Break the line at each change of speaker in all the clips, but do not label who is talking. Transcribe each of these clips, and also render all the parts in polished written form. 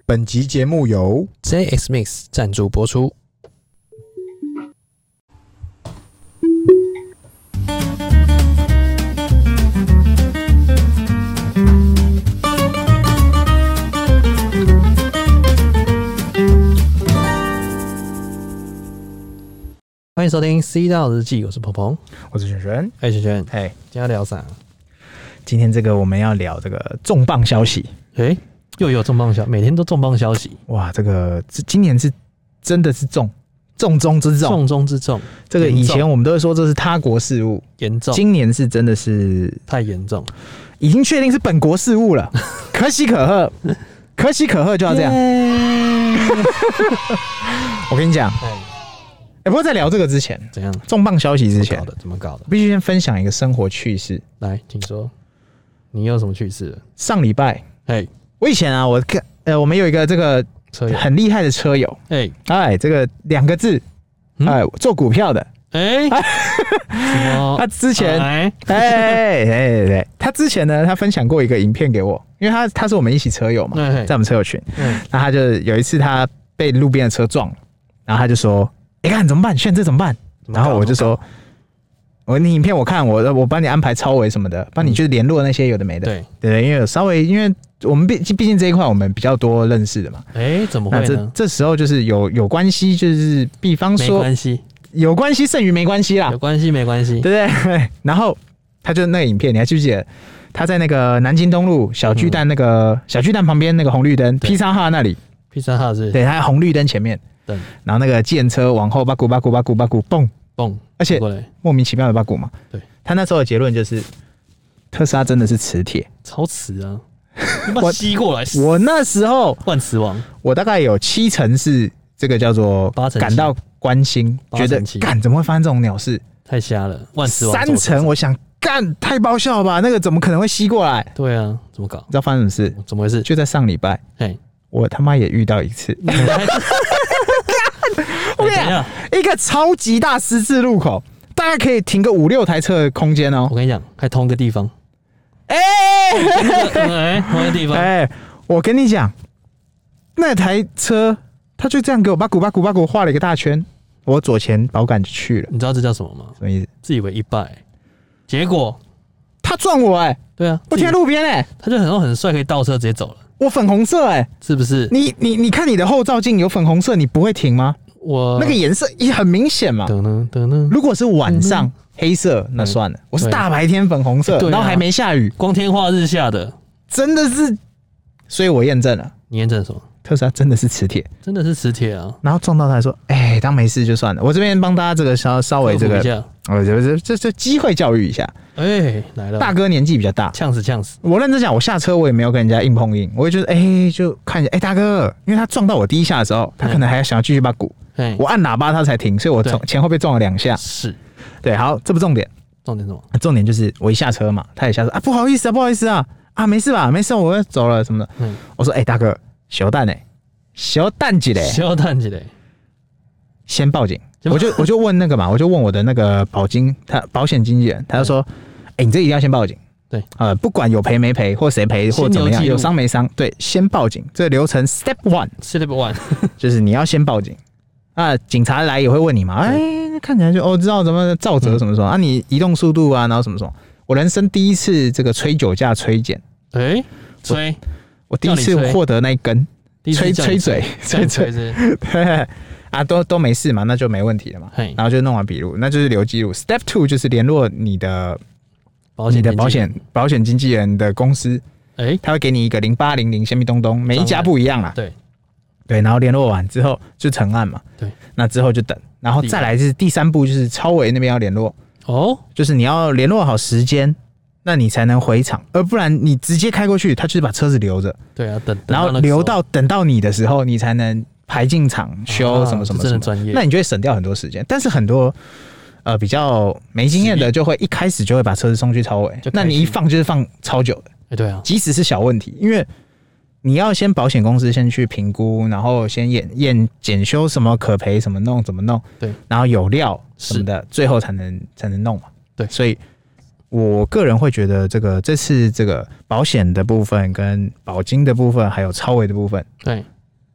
本集节目由
JX Mix 赞助播出。欢迎收听《C 道日记》，我是鹏鹏，
我是璇璇。
轩轩，
嘿，
今天要聊啥？
今天这个我们要聊这个重磅消息。
又有重磅消息，每天都重磅消息。
哇，今年是真的是重中之重，
重中之重。
这个以前我们都会说这是他国事务，
严重。
今年是真的是
太严重，
已经确定是本国事务了，可喜可贺，可喜可贺就要这样。我跟你讲。不过在聊这个之前，
怎样？
重磅消息之前，
怎么搞的？
必须先分享一个生活趣事。
来，请说，你有什么趣事了？
上礼拜，我以前啊，我们有一个这个很厉害的车友，这个2个字，做股票的，他之前，对，他之前呢，他分享过一个影片给我，因为他是我们一起车友嘛，在我们车友群，那他就有一次他被路边的车撞了，然后他就说。看怎么办？炫这怎么办？然后我就说，你影片我看，我帮你安排超维什么的，帮你去联络那些有的没的。对，因为因为我们毕竟这一块我们比较多认识的嘛。
怎么会呢？
这时候就是有关系，就是比方说，没关系，有关系胜于没关系啦。
有关系没关系，
对不对？然后他就那个影片，你还记不记得？他在那个南京东路小巨蛋小巨蛋旁边那个红绿灯，披萨哈那里。
披萨哈是？
对，他在红绿灯前面。对，然后那个计程车往后巴古蹦，而且莫名其妙的巴古嘛。对，他那时候的结论就是特斯拉真的是磁铁，
超磁啊！你把它吸过来。
我那时候
万磁王，
我大概有70%是这个叫做感到关心，觉得干怎么会发生这种鸟事？
太瞎了，万磁王。
3%我想干太爆笑了吧？那个怎么可能会吸过来？
对啊，怎么搞？
你知道发生什么事？
怎么回事？
就在上礼拜，我他妈也遇到一次。我跟你讲，一个超级大十字路口，大概可以停个5-6台车的空间哦。
我跟你讲，还同一个地方。同一个地方。
我跟你讲，那台车他就这样给我巴古画了一个大圈，我左前保杆就去了。
你知道这叫什么吗？
什么意思？
自以为一败，结果
他撞我
对啊，
我停在路边
他就很帅，可以倒车直接走了。
我粉红色
是不是？
你看你的后照镜有粉红色，你不会停吗？我那个颜色也很明显嘛。如果是晚上黑色那算了，我是大白天粉红色，然后还没下雨，
光天化日下的，
真的是，所以我验证了。
你验证什么？
特斯拉真的是磁铁，
真的是磁铁啊！
然后撞到他说：“当没事就算了。”我这边帮大家这个稍微这个，这机会教育一下。
来了，
大哥年纪比较大，
呛死！
我认真讲，我下车我也没有跟人家硬碰硬，我也就是就看一下，大哥，因为他撞到我第一下的时候，他可能还想要继续把鼓，我按喇叭他才停，所以我前后被撞了2下。
是，对，
好，这不重点，
重点什么？
重点就是我一下车嘛，他也下车不好意思啊，没事吧，没事，我要走了什么的。我说大哥，小蛋几嘞，先报警。我就问那个嘛，我就问我的那个保险经纪人，他就说，你这一定要先报警。对，不管有赔没赔，或谁赔或怎么样，有伤没伤，对，先报警。这个流程 Step One 就是你要先报警。警察来也会问你嘛，看起来就知道怎么肇责什么什么你移动速度啊，然后什么什么。我人生第一次这个吹酒驾吹检，我第一次获得那一根吹嘴，对。都没事嘛，那就没问题了嘛。然后就弄完笔录，那就是留记录。Step 2就是联络你的保险经纪人的公司，他会给你一个0800虾米东东，每一家不一样啦。对，然后联络完之后就成案嘛。对，那之后就等，然后再来是第3步，就是超维那边要联络。就是你要联络好时间，那你才能回厂，而不然你直接开过去，他就是把车子留着。对啊，然后等到你的时候，你才能排进厂修什么什么什么，那你就会省掉很多时间。但是很多比较没经验的，就会一开始就会把车子送去超维，那你一放就是放超久的。对啊，即使是小问题，因为你要先保险公司先去评估，然后先验检修什么可赔什么弄怎么弄，对，然后有料什么的，最后才能弄嘛。对，所以我个人会觉得这次这个保险的部分跟保金的部分还有超维的部分，对，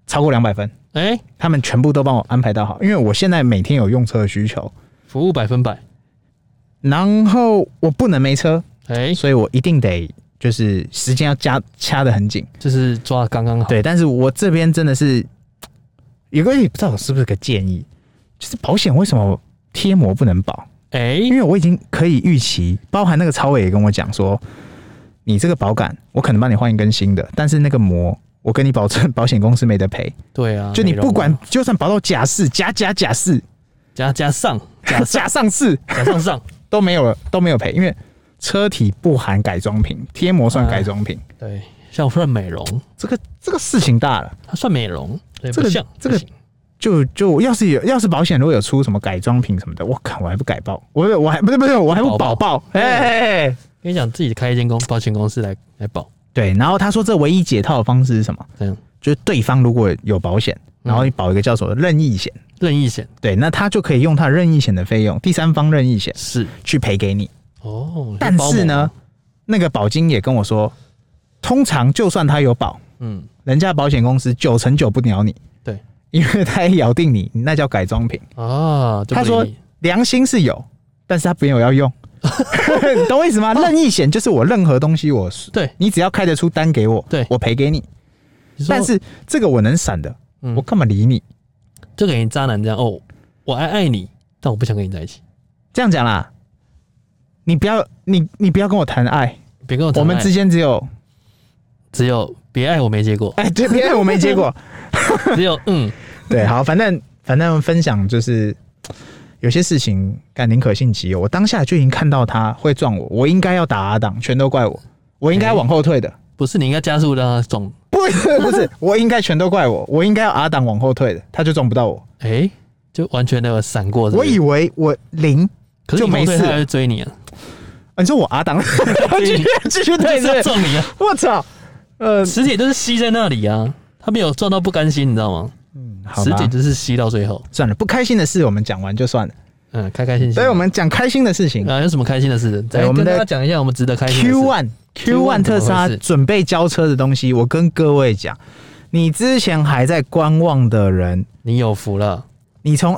超过200分，他们全部都帮我安排到好，因为我现在每天有用车的需求，
服务100%，
然后我不能没车，所以我一定得就是时间要掐得很紧，
就是抓刚刚好。
对，但是我这边真的是有个也不知道我是不是个建议，就是保险为什么贴膜不能保？因为我已经可以预期，包含那个超伟也跟我讲说，你这个保杆我可能帮你换一根新的，但是那个膜我跟你保证，保险公司没得赔。
对啊，
就你不管，就算保到甲4、甲4、
甲上
4、甲上上都没有了，都没有赔，因为车体不含改装品，贴膜算改装品。
对，像算美容，
这个事情大了，
它算美容，
这个。就要是保险如果有出什么改装品什么的，我靠，我还不改报，我还不是我还不保报，跟
你讲自己开一间保险公司来保。
对，然后他说这唯一解套的方式是什么？就是对方如果有保险，然后你保一个叫什么任意险，对，那他就可以用他任意险的费用，第三方任意险
是去
赔给你。但是呢，那个保金也跟我说，通常就算他有保，人家保险公司99%不鸟你。因为他也咬定你那叫改装品他说良心是有，但是他没有要用，你懂我意思吗？任意险就是我任何东西对你只要开得出单给我，我赔给你。但是这个我能闪的，我干嘛理你？
就给你渣男这样我爱你，但我不想跟你在一起。
这样讲啦，你不要跟我谈爱，
别跟我谈爱，
我们之间只
有别爱我没结果。
对，别爱我没结果。
只有
对，好，反正分享就是有些事情干宁可信其有，我当下就已经看到他会撞我应该要打阿档，全都怪我应该往后退的，
不是你应该加速让他撞，
不是，我应该全都怪我应该要阿档往后退的，他就撞不到我，
就完全的有闪过。
我以为我0就没事，
他还会追你啊？
你说我阿档继续退是
撞你啊？
我操！
磁铁都是吸在那里啊，他没有撞到不甘心，你知道吗？磁铁就是吸到最后。
算了，不开心的事我们讲完就算了。
开心。
所以我们讲开心的事情
有什么开心的事？再跟大家讲一下我们值得开心的事。
Q1 特斯拉准备交车的东西，我跟各位讲，你之前还在观望的人，
你有福了。
你从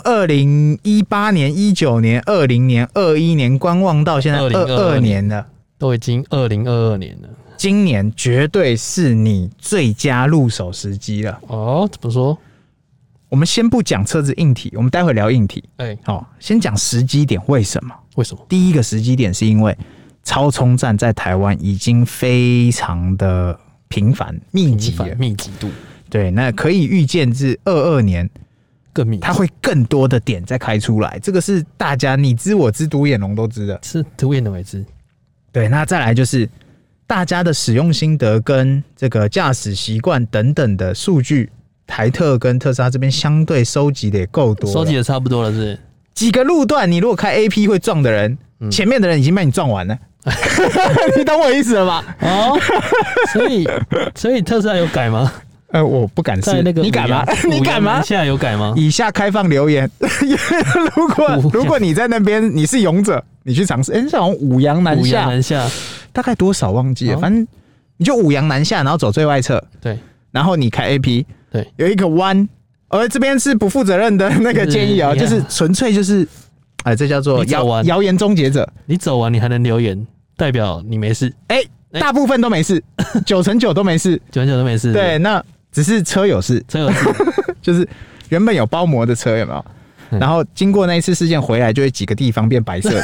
2018年、19年、20年、21年观望到现在22年了，
都已经2022年了。
今年绝对是你最佳入手时机了。
怎么说？
我们先不讲车子硬体，我们待会聊硬体。先讲时机点。为什么？第一个时机点是因为超充站在台湾已经非常的频繁、密集
度。
对，那可以预见至22年
更密集，
它会更多的点再开出来。这个是大家你知我知，独眼龙都知的，
是独眼龙也知。
对，那再来就是大家的使用心得跟这个驾驶习惯等等的数据，台特跟特斯拉这边相对收集的也够多了，
收集的差不多了，是
几个路段，你如果开 AP 会撞的人，前面的人已经被你撞完了。你懂我意思了吧？
所以特斯拉有改吗？
我不敢试，你敢吗？你敢吗？
现在有改吗？
以下开放留言。如果你在那边你是勇者，你去尝试。是好像五羊南下，大概多少忘记了，反正你就五羊南下，然后走最外侧，
对，
然后你开 AP，
对，
有一个弯，这边是不负责任的那个建议啊，就是纯粹就是，这叫做谣言终结者。
你走完你还能留言，代表你没事。
大部分都没事，9%都没事
，9%都没事。
对，那只是车有事，就是原本有包膜的车有没有？然后经过那一次事件回来，就会几个地方变白色的，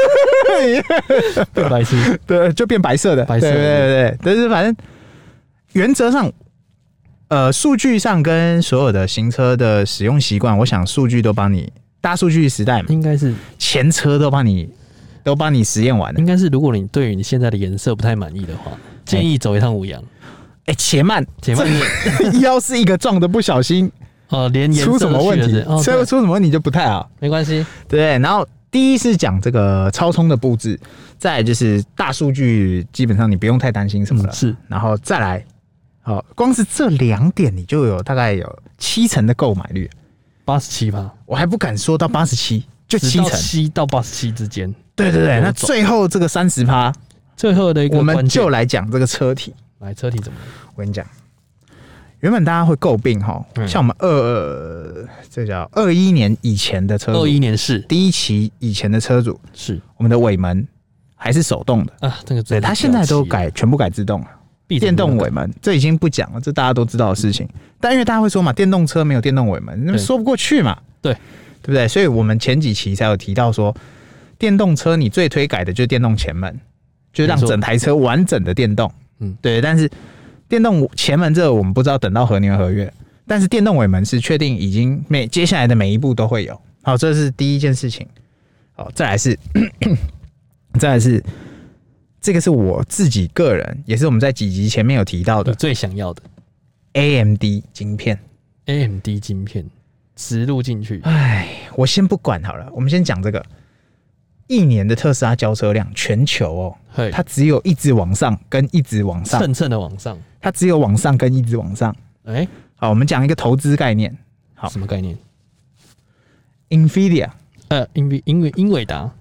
变白色，
对，就变白色的，对。但是反正原则上，数据上跟所有的行车的使用习惯，我想数据都帮你，大数据时代嘛，
应该是
前车都帮你实验完了。
应该是如果你对于你现在的颜色不太满意的话，建议走一趟五羊。
且慢，要是一个撞的不小心，
连
出什么问题，出什么问题就不太好。
没关系，
对。然后第一是讲这个超充的布置，再来就是大数据，基本上你不用太担心什么了。
是，
然后再来，光是这2点你就有大概有70%的购买率
，87%，
我还不敢说到87%，就
7%到87%之间。
对，那最后这个30%，
最后的一个
我们就来讲这个车体。
车体怎么了？
我跟你讲， 原本大家会诟病哈，像我们这叫21年以前的车主
，21年是
第一期以前的车主，
是
我们的尾门还是手动的
啊，这个
对，他现在都全部改自动了。电动尾门，这已经不讲了，这大家都知道的事情。但因为大家会说嘛，电动车没有电动尾门，那说不过去嘛，
对
不对？所以我们前几期才有提到说，电动车你最推改的就是电动前门，就是让整台车完整的电动。对。但是电动前门这个我们不知道等到何年何月，但是电动尾门是确定已经接下来的每一步都会有。好，这是第一件事情。好，再来是。这个是我自己个人，也是我们在几集前面有提到的，
最想要的
AMD 晶片。
AMD 晶片植入进去，
我先不管好了，我们先讲这个。一年的特斯拉交车量，全球它只有一直往上跟一直往上，
蹭的往上，
它只有往上跟一直往上。好，我们讲一个投资概念。好，
什么概念
？NVIDIA，
英伟达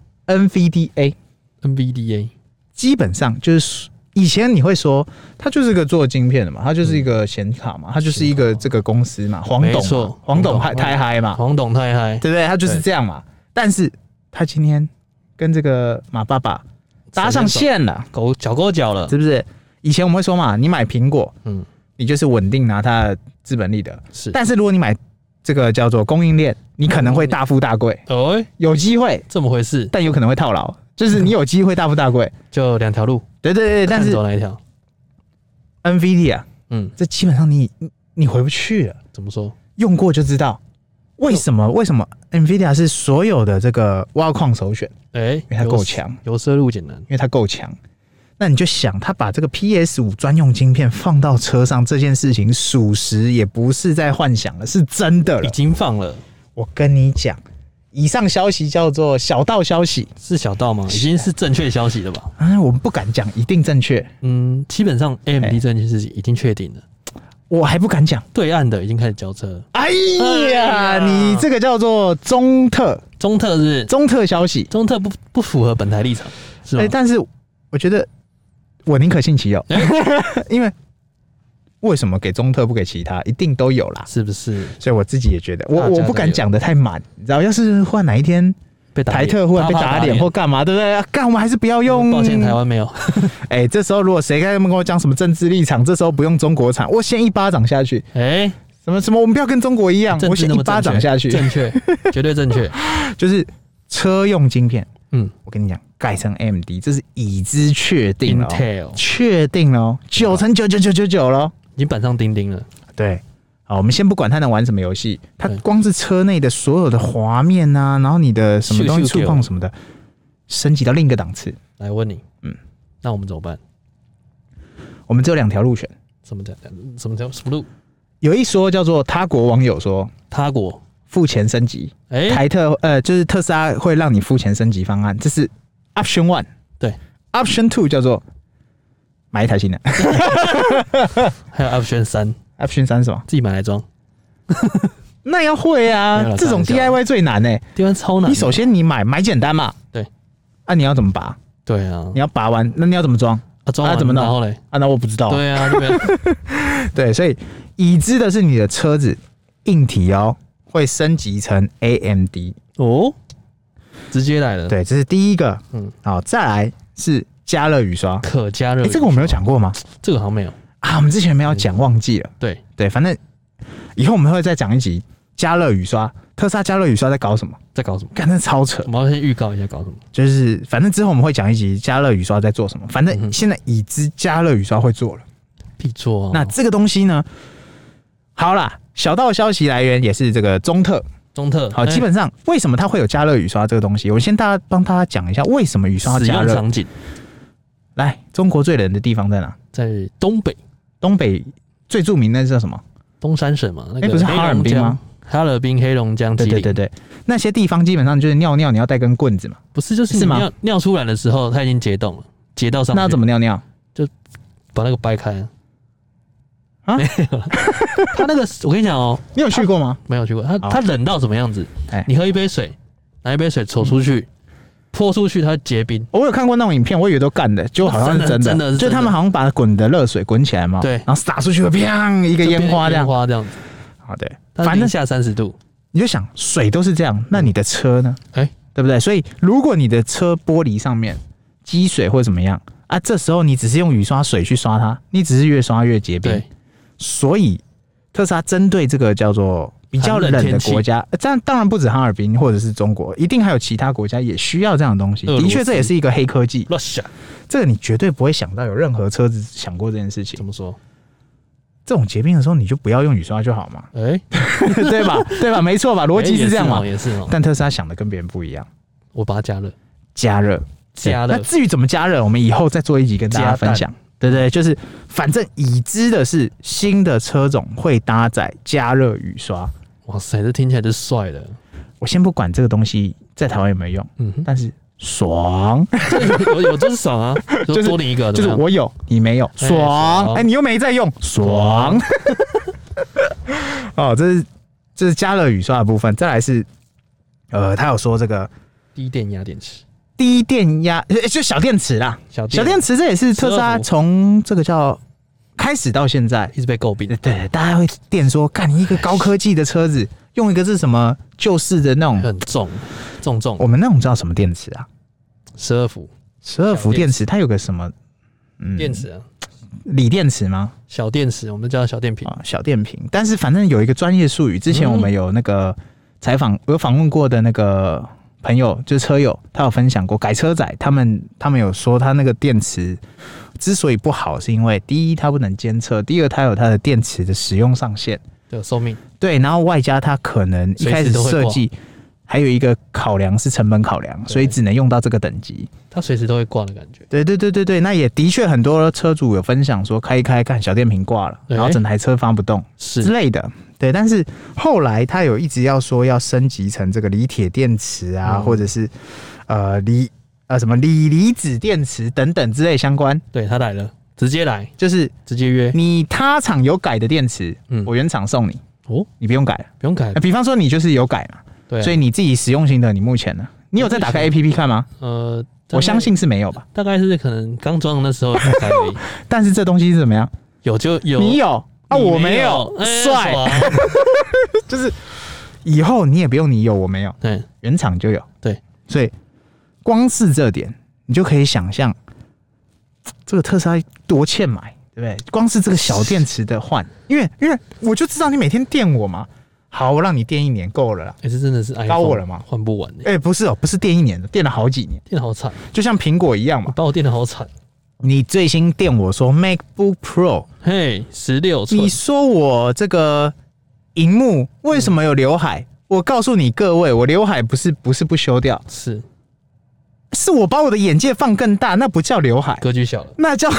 ，NVDA。基本上就是以前你会说它就是个做晶片的嘛，它就是一个显卡嘛，它就是一个这个公司嘛，黄董太嗨嘛，
黄董太嗨，
对不对？它就是这样嘛。但是他今天跟这个马爸爸搭上线了，
脚勾脚了，
是不是？以前我们会说嘛，你买苹果，你就是稳定拿它的资本利得，是。但是如果你买这个叫做供应链，你可能会大富大贵，有机会
这么回事，
但有可能会套牢。就是你有机会大富大贵，
就两条路。
对，但是
走哪一条
？NVIDIA，这基本上你回不去了。
怎么说？
用过就知道为什么 NVIDIA 是所有的这个挖矿首选。因为它够强，
由奢入俭难，
因为它够强。那你就想，他把这个 PS5 专用晶片放到车上这件事情，属实也不是在幻想了，是真的了，
已经放了。
我跟你讲。以上消息叫做小道消息，
是小道吗？已经是正确消息了吧？
我们不敢讲一定正确。
基本上 AMD 这件事情已经确定了，
我还不敢讲。
对岸的已经开始交车。
哎呀，你这个叫做中特
是
中特消息，
中特不符合本台立场，是吗？
但是我觉得我宁可信其有，因为。为什么给中特不给其他？一定都有啦，
是不是？
所以我自己也觉得，我不敢讲的太满，你知道，要是忽然哪一天台特忽然被打脸或干嘛，对不对？我们还是不要用。
抱歉，台湾没有。
这时候如果谁跟我讲什么政治立场，这时候不用中国产，我先一巴掌下去。什么，我们不要跟中国一样，我先一巴掌下去，
正确，绝对正确。
就是车用晶片，我跟你讲，改成 AMD， 这是已知确定了，确定了，99.9999了。
已经板上钉钉了。
对，好，我们先不管它能玩什么游戏，它光是车内的所有的滑面啊，然后你的什么东西触碰什么的，升级到另一个档次。
来问你，那我们怎么办？
我们只有2条路选。
什么路？
有一说叫做他国网友说，
他国
付钱升级，就是特斯拉会让你付钱升级方案，这是 Option 1。对 ，Option 2叫做。买一台新的，
还有 Option 3，Option
3是什么？
自己买来装，
那要会啊！这种 DIY 最难
DIY 超难。
你首先你买简单嘛，
对，
你要怎么拔？
对啊，
你要拔完，那你要怎么装？
装完
怎么弄？
然后嘞？
那我不知道。
对啊，
对，所以已知的是你的车子硬体会升级成 AMD
直接来了。
对，这是第一个。好，再来是。加热雨刷，
可加热。
这个我没有讲过吗？
这个好像没有
啊，我们之前没有讲，忘记了。对，反正以后我们会再讲一集加热雨刷。特斯拉加热雨刷在搞什么？干，那超扯！
我们要先预告一下搞什么。
就是反正之后我们会讲一集加热雨刷在做什么。反正现在已知加热雨刷会做了，
必做。
那这个东西呢？好啦，小道消息来源也是这个中特。好，基本上为什么它会有加热雨刷这个东西？我先帮大家讲一下为什么雨刷要加热。
使用场景。
来，中国最冷的地方在哪？
在东北。
东北最著名的是叫什么？
东三省嘛，那个
不是哈尔滨吗？
哈尔滨、黑龙江、吉林。
对，那些地方基本上就是尿你要带根棍子嘛。
不是，就是你尿出来的时候，它已经结冻了，结到上面。
那要怎么尿？
就把那个掰开啊？没有了。它那个，我跟你讲
你有去过吗？
没有去过。它冷到什么样子？你喝一杯水，拿一杯水抽出去。 泼出去它结冰。
我有看过那种影片，我以为都干的，就好像是真的，
真的
就他们好像把滚的热水滚起来嘛，
对，
然后洒出去，砰，一个烟花这样，好对，
反正下30度，
你就想水都是这样，那你的车呢？对不对？所以如果你的车玻璃上面积水或怎么样啊，这时候你只是用雨刷水去刷它，你只是越刷越结冰。所以特斯拉针对这个叫做比较冷的国家，这样当然不止哈尔滨或者是中国，一定还有其他国家也需要这样的东西。的确，这也是一个黑科技。这个你绝对不会想到有任何车子想过这件事情。
怎么说？
这种结冰的时候，你就不要用雨刷就好嘛。对吧？对吧？没错吧？逻辑是这样嘛？
也是哦。
但特斯拉想的跟别人不一样。
我把它
加热。那至于怎么加热，我们以后再做一集跟大家分享。对对，就是反正已知的是，新的车种会搭载加热雨刷。
哇塞，这听起来就帅了。
我先不管这个东西在台湾有没有用，但是爽，
有就是爽啊，就多你一个，
就是我有你没有，爽。你又没在用，爽。哦，这是加热雨刷的部分。再来是，他有说这个
低电压电池。
低电压就小电池啦，小电池这也是特斯拉从这个叫开始到现在
一直被诟病。
对，大家会电说，干你一个高科技的车子，用一个是什么旧式的那种
很重。
我们那种叫什么电池啊
？12伏
电池，它有个什么
电池啊？
锂电池吗？
小电池，我们叫小电瓶。
小电瓶，但是反正有一个专业术语，之前我们有那个采访，有访问过的那个。朋友就是车友，他有分享过改车仔，他们有说他那个电池之所以不好，是因为第一它不能监测，第二它有它的电池的使用上限，
有寿命。
对，然后外加它可能一开始设计还有一个考量是成本考量，所以只能用到这个等级，
它随时都会挂的感觉。
对，那也的确很多车主有分享说开一开看小电瓶挂了，然后整台车发不动之类的。对，但是后来他有一直要说要升级成这个锂铁电池啊，或者是什么锂离子电池等等之类相关。
对，他来了，直接来，
就是
直接约
你他厂有改的电池，我原厂送你哦，你不用改了，
不用改。
比方说你就是有改嘛，对，所以你自己使用型的，你目前呢，你有在打开 APP 看吗？我相信是没有吧，
大概是可能刚装的那时候打开而已。
但是这东西是怎么样？
有就有，
你有。我没有，帅，就是以后你也不用你有我没有，
对，
原厂就有，
对，
所以光是这点，你就可以想象这个特斯拉多欠买，对不对？光是这个小电池的换，因为我就知道你每天电我嘛，好，我让你电1年够了啦。
这真的是
高我了吗？
换不完。
不是不是电1年的，电了好几年，
电得好惨，
就像苹果一样嘛，
把我电得好惨。
你最新电我说 MacBook Pro，
嘿，16寸，
你说我这个萤幕为什么有刘海？我告诉你各位，我刘海不是不修掉，是我把我的眼界放更大，那不叫刘海，
格局小了，
那叫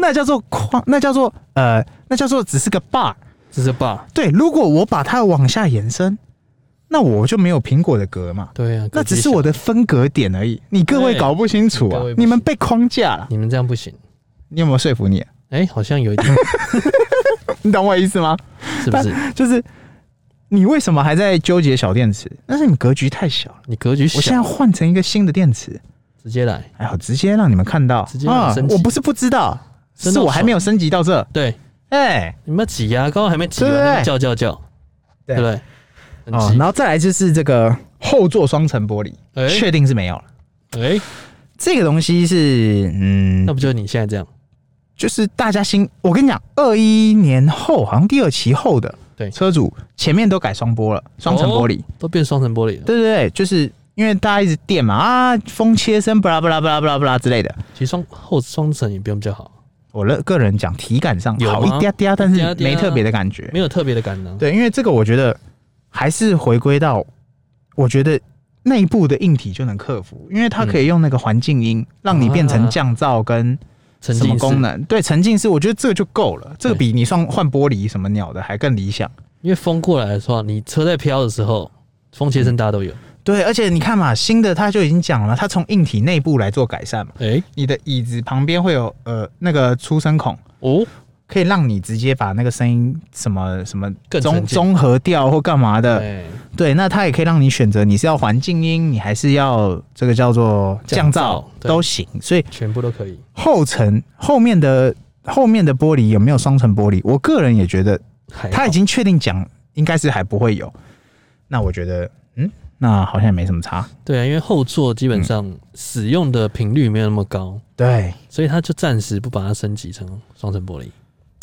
做只是个 bar，
只是 bar。
对，如果我把它往下延伸，那我就没有苹果的格嘛。
对啊，
那只是我的分隔点而已。你各位搞不清楚啊，你们被框架了。
你们这样不行。
你有没有说服你？
好像有一点。
你懂我意思吗？
是不是？
就是你为什么还在纠结小电池？但是你格局太小了。
你格局小，
我现在换成一个新的电池，
直接来。
直接让你们看到。
直接让升级。
我不是不知道，是我还没有升级到这。
对。你们挤牙膏还没挤完，叫，对不对？
然后再来就是这个后座双层玻璃，确定是没有了。这个东西是
那不就是你现在这样？
就是大家我跟你讲，21年后好像第2期后的车主前面都改双玻了，双层玻璃
都变双层玻璃了。
对，就是因为大家一直电嘛风切声，巴拉巴拉巴拉巴拉巴拉之类的。
其实双层也不用比较好。
我个人讲体感上好一嗲嗲，但是没特别的感觉，
没有特别的感呢。
对，因为这个我觉得还是回归到，我觉得内部的硬体就能克服，因为它可以用那个环境音让你变成降噪跟什么功能。对，沉浸式，我觉得这个就够了，这个比你换玻璃什么鸟的还更理想。
因为风过来的时候，你车在飘的时候，风切声大家都有。
对，而且你看嘛，新的它就已经讲了，它从硬体内部来做改善嘛。你的椅子旁边会有那个出声孔可以让你直接把那个声音什么综合掉或干嘛的。对，那它也可以让你选择你是要环境音，你还是要这个叫做降噪都行，所以
全部都可以。
后面的玻璃有没有双层玻璃？我个人也觉得他已经确定讲应该是还不会有。那我觉得那好像也没什么差。
对啊，因为后座基本上使用的频率没有那么高，
对，
所以他就暂时不把它升级成双层玻璃。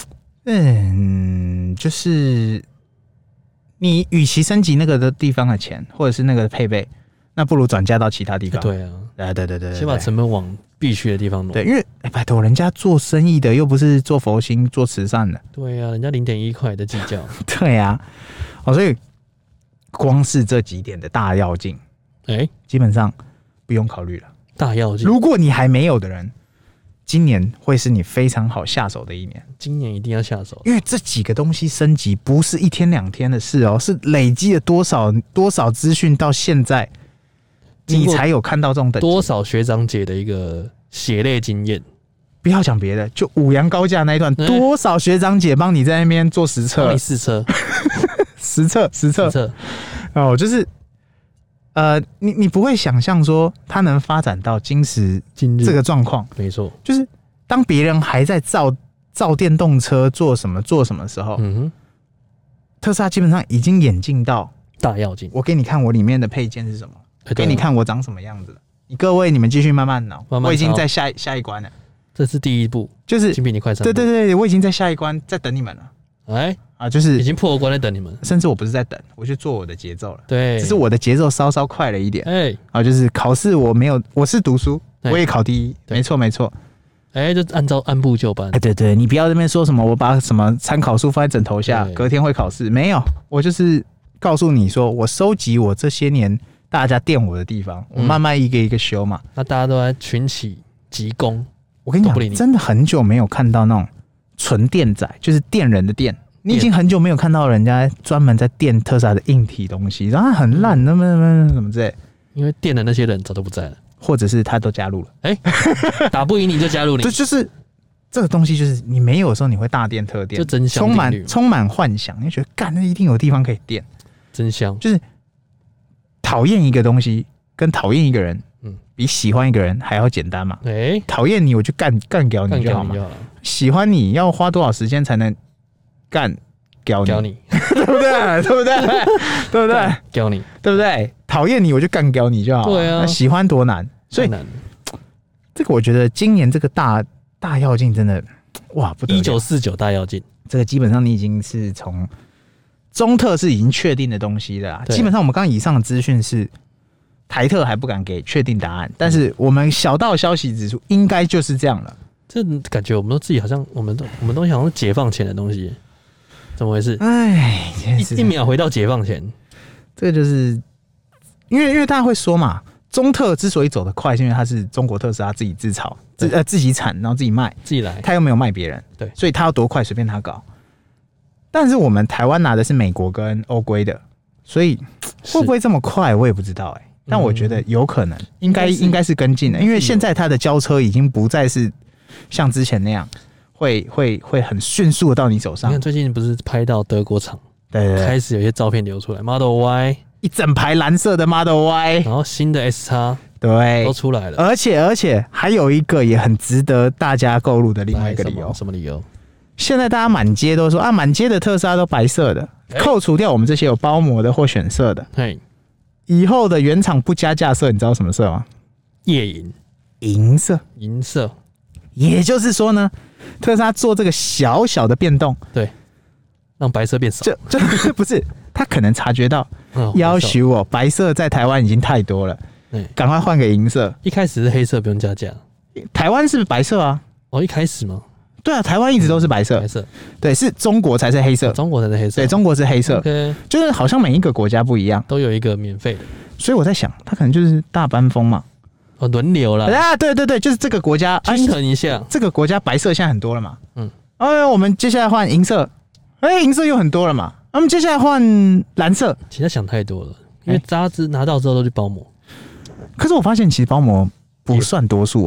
就是你与其升级那个的地方的钱，或者是那个配备，那不如转嫁到其他地方。
对啊，
对，
先把成本往必须的地方挪。
对，因为拜托，人家做生意的又不是做佛心、做慈善的。
对啊，人家0.1块的计较。
对啊，所以光是这几点的大要进，基本上不用考虑了。
大要进，
如果你还没有的人，今年会是你非常好下手的一年。
今年一定要下手，
因为这几个东西升级不是1天2天的事哦，是累积了多少资讯到现在，你才有看到这种等级。
多少学长姐的一个血泪经验。
不要讲别的，就五羊高架那一段，多少学长姐帮你在那边做实测，
帮你试车，
实测哦，就是你不会想象说它能发展到今日这个状况。
没错，
就是当别人还在造电动车做什么的时候，特斯拉基本上已经演进到
大要进。
我给你看我里面的配件是什么，给你看我长什么样子。各位你们继续慢慢脑，我已经在下一关了。
这是第一步，
就是
请比你快3步。
对，我已经在下一关，在等你们了。就是
已经破关在等你们，
甚至我不是在等，我去做我的节奏了。
对，
只是我的节奏稍快了一点。就是考试我是读书，我也考第一，没错。
就按部就班。
对，你不要在那边说什么我把什么参考书放在枕头下，隔天会考试。没有，我就是告诉你说，我收集我这些年大家电我的地方，我慢慢一个一个修嘛。
那大家都在群起急攻。
我跟你讲，真的很久没有看到那种纯电仔，就是电人的电。你已经很久没有看到人家专门在电特斯拉的硬体东西，然后它很烂，什么之类。
因为电的那些人早都不在了，
或者是他都加入了。
打不赢你就加入你。
就是这个东西，就是你没有的时候你会大电特电，
就真香，
充满幻想，你觉得干那一定有地方可以电，
真香。
就是讨厌一个东西跟讨厌一个人，比喜欢一个人还要简单嘛。讨厌你我就干掉你就好嘛。喜欢你要花多少时间才能干掉你？对不对？
屌你，
对不对？讨厌你我就干掉你就好。
对啊，
那喜欢多难？所以这个我觉得今年这个大跃进真的哇不得了。
1949大跃进，
这个基本上你已经是从中特是已经确定的东西了啦。基本上我们刚刚以上的资讯是台特还不敢给确定答案，但是我们小道消息指出应该就是这样了。
这感觉我们都自己好像我们东西好像是解放前的东西，怎么回事？一秒回到解放前，
这个就是因为大家会说嘛，中特之所以走得快，是因为它是中国特斯拉自己自炒，自己产，然后自己卖，
自己来，
他又没有卖别人，
对，
所以他要多快随便他搞。但是我们台湾拿的是美国跟欧规的，所以会不会这么快，我也不知道但我觉得有可能，应该是跟进的，因为现在它的交车已经不再是像之前那样会很迅速的到你手上。
你看最近不是拍到德国厂，
对，
开始有些照片流出来 ，Model Y
一整排蓝色的 Model Y，
然后新的 SX
对
都出来了，
而且还有一个也很值得大家购入的另外一个理由，
什么理由？
现在大家满街都说满街的特斯拉都白色的，扣除掉我们这些有包膜的或选色的，以后的原厂不加价色，你知道什么色吗？
夜银，
银色。也就是说呢，特斯拉做这个小小的变动，
对，让白色变少，
就不是他可能察觉到，要求我白色在台湾已经太多了，赶快换个银色。
一开始是黑色，不用加价。
台湾是白色啊？
一开始吗？
对啊，台湾一直都是白色，对，是中国才是黑色，
中国才是黑色，
对，中国是黑色，就是好像每一个国家不一样，
都有一个免费的，
所以我在想，他可能就是大班风嘛，
轮流了
啊，对，就是这个国家
均衡一下，
这个国家白色现在很多了嘛，我们接下来换银色，银色又很多了嘛，我们接下来换蓝色，
其实想太多了，因为渣子拿到之后都去包膜，
可是我发现其实包膜不算多数哈。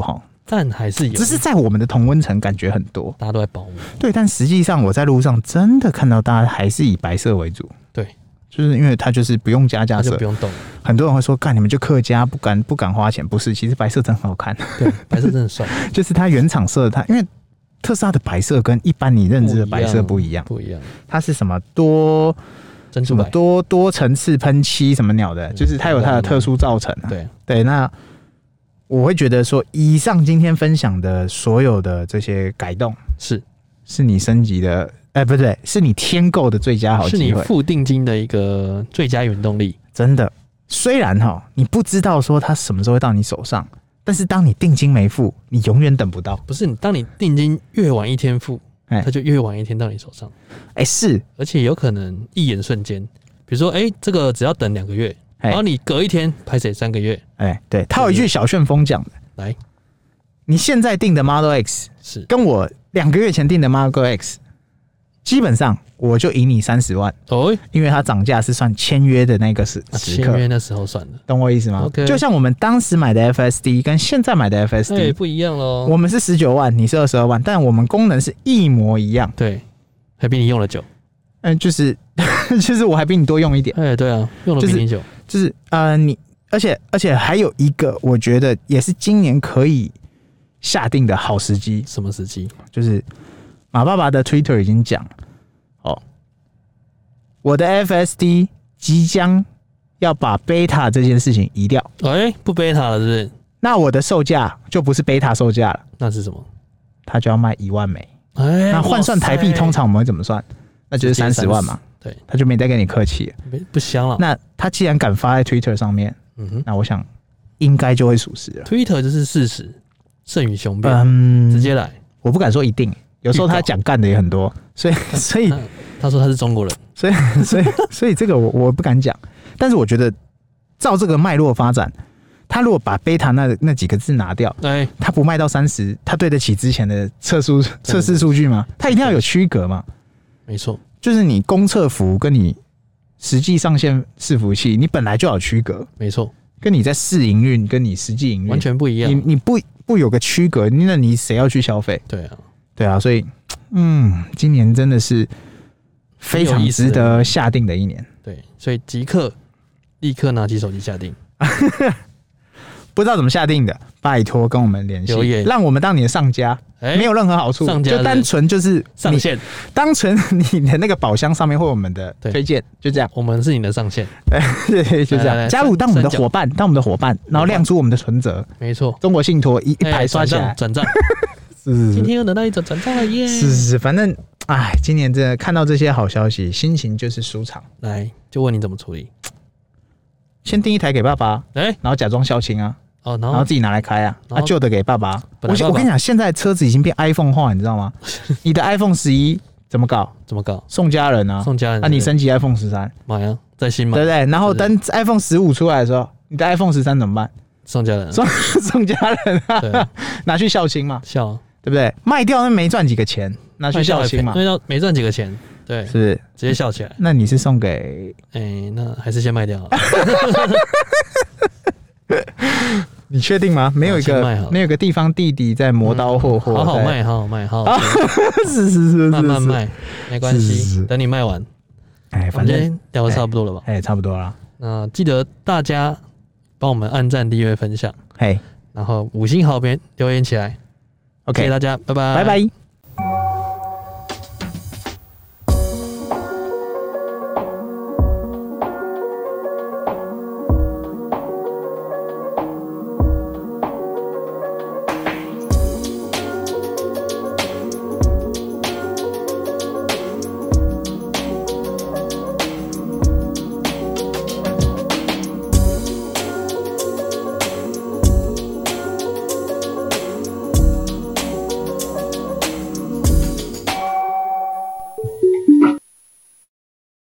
但还是有，
只是在我们的同温层感觉很多，
大家都在保护。
对，但实际上我在路上真的看到大家还是以白色为主。
对，
就是因为它就是不用加色，
就不用动。
很多人会说，干你们就客家不敢花钱，不是？其实白色真很好看。
对，白色真的帅。
就是它原厂色，它因为特斯拉的白色跟一般你认知的白色不一样，它是什么
珍珠白
多层次喷漆什么鸟的，就是它有它的特殊造成啊。对，那我会觉得说，以上今天分享的所有的这些改动，是你升级的，不对，是你添购的最佳好机会，
是你付定金的一个最佳原动力。
真的，虽然你不知道说它什么时候会到你手上，但是当你定金没付，你永远等不到。
不是，当你定金越晚一天付，它就越晚一天到你手上。
是，
而且有可能一眼瞬间，比如说，这个只要等2个月，然后你隔一天拍谁3个月。
对，他有一句小旋风讲的，
来，
你现在订的 Model X
是
跟我2个月前订的 Model X， 基本上我就赢你30万因为它涨价是算签约的那个时刻，
签约那时候算的，
懂我意思吗？
Okay.
就像我们当时买的 FSD 跟现在买的 FSD
不一样咯，
我们是19万，你是22万，但我们功能是一模一样，
对，还比你用了久，
就是我还比你多用一点，
对啊，用了比你久，
就是你而且还有一个，我觉得也是今年可以下定的好时机。
什么时机？
就是马爸爸的 Twitter 已经讲我的 FSD 即将要把 Beta 这件事情移掉，
不 Beta 了，是不是？
那我的售价就不是 Beta 售价了，
那是什么？
它就要卖1万枚。那换算台币，通常我们会怎么算？那就是30万嘛。
对，
他就没再跟你客气了，
不香了。
那他既然敢发在 Twitter 上面，那我想应该就会属实了。
Twitter 就是事实，胜于雄辩，直接来。
我不敢说一定，有时候他讲干的也很多，所以
他说他是中国人，
所以这个我不敢讲。但是我觉得照这个脉络发展，他如果把 Beta 那几个字拿掉，他不卖到30，他对得起之前的测试数据吗？他一定要有区隔嘛？
没错。就是
你公测服跟你实际上线伺服器，你本来就有区隔，
没错，
跟你在试营运跟你实际营运
完全不一样。
你不有个区隔，那你谁要去消费？对啊，所以今年真的是非常值得下定的一年。
对，所以立刻拿起手机下定。
不知道怎么下定的，拜托跟我们联系，让我们当你的上家，没有任何好处，就单纯就是
上线，
单纯你的那个宝箱上面会有我们的推荐，就这样，
我们是你的上线，
对，就这样，加入当我们的伙伴，然后亮出我们的存折，
没错，
中国信托一排刷起来，
转账，
是，
今天又得到一则转账了耶，
是，反正今年真的看到这些好消息，心情就是舒畅。
来，就问你怎么处理。
先订一台给爸爸，然后假装孝亲啊，然后自己拿来开啊，旧的给爸爸。我跟你讲，现在车子已经变 iPhone 化，你知道吗？你的 iPhone 11怎么搞？送家人啊，你升级 iPhone 13，
买啊，再新买，
对不对？然后等 iPhone 15出来的时候，你的 iPhone 13怎么办？
送家人，
送家人啊，拿去孝亲嘛，对不对？卖掉那没赚几个钱，拿去孝亲嘛，
没赚几个钱。对，
是
直接笑起来。
那你是送给
那还是先卖掉好了。
你确定吗？没有一个地方弟弟在磨刀霍霍，
好好卖，
是，
慢慢卖，没关系，等你卖完。反正聊得差不多了吧？
差不多了。
那记得大家帮我们按赞、订阅、分享，然后5星好评留言起来。
OK，
谢谢大家，拜拜，
拜拜。